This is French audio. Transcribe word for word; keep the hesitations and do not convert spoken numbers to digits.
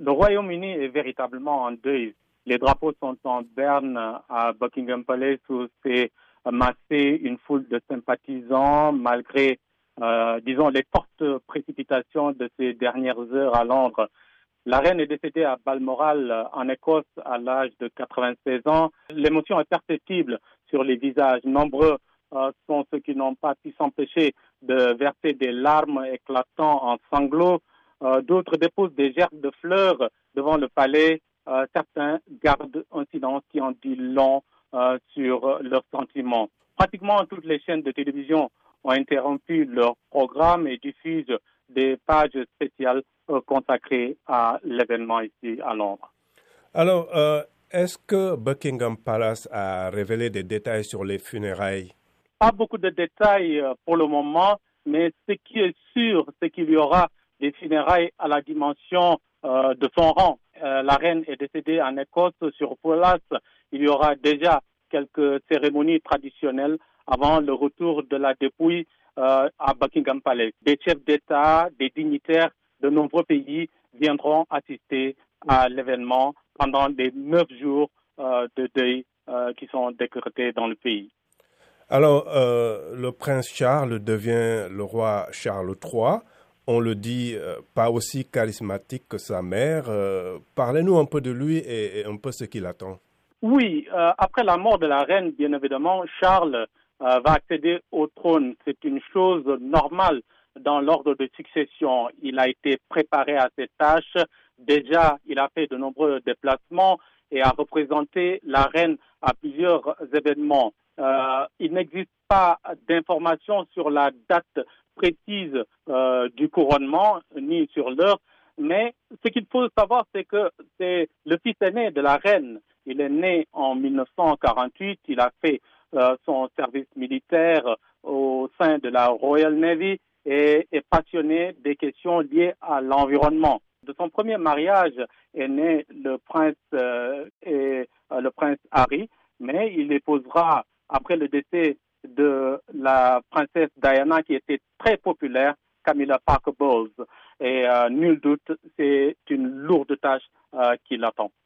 Le Royaume-Uni est véritablement en deuil. Les drapeaux sont en berne à Buckingham Palace où s'est massée une foule de sympathisants malgré, euh, disons, les fortes précipitations de ces dernières heures à Londres. La reine est décédée à Balmoral, en Écosse, à l'âge de quatre-vingt-seize ans. L'émotion est perceptible sur les visages. Nombreux euh, sont ceux qui n'ont pas pu s'empêcher de verser des larmes éclatant en sanglots. Euh, d'autres déposent des gerbes de fleurs devant le palais. Euh, certains gardent un silence qui en dit long euh, sur leurs sentiments. Pratiquement toutes les chaînes de télévision ont interrompu leur programme et diffusent des pages spéciales euh, consacrées à l'événement ici à Londres. Alors, euh, est-ce que Buckingham Palace a révélé des détails sur les funérailles? Pas beaucoup de détails euh, pour le moment, mais ce qui est sûr, c'est qu'il y aura des funérailles à la dimension euh, de son rang. Euh, la reine est décédée en Écosse sur place. Il y aura déjà quelques cérémonies traditionnelles avant le retour de la dépouille euh, à Buckingham Palace. Des chefs d'État, des dignitaires de nombreux pays viendront assister à l'événement pendant les neuf jours euh, de deuil euh, qui sont décrétés dans le pays. Alors, euh, le prince Charles devient le roi Charles trois. On le dit euh, pas aussi charismatique que sa mère. Euh, parlez-nous un peu de lui et, et un peu ce qu'il attend. Oui, euh, après la mort de la reine, bien évidemment, Charles euh, va accéder au trône. C'est une chose normale dans l'ordre de succession. Il a été préparé à cette tâche. Déjà, il a fait de nombreux déplacements et a représenté la reine à plusieurs événements. Euh, il n'existe pas d'informations sur la date précise euh, du couronnement, ni sur l'heure, mais ce qu'il faut savoir, c'est que c'est le fils aîné de la reine. Il est né en mille neuf cent quarante-huit, il a fait euh, son service militaire au sein de la Royal Navy et est passionné des questions liées à l'environnement. De son premier mariage est né le prince euh, et euh, le prince Harry, mais il épousera après le décès de la princesse Diana qui était très populaire, Camilla Parker Bowles. Et euh, nul doute, c'est une lourde tâche euh, qui l'attend.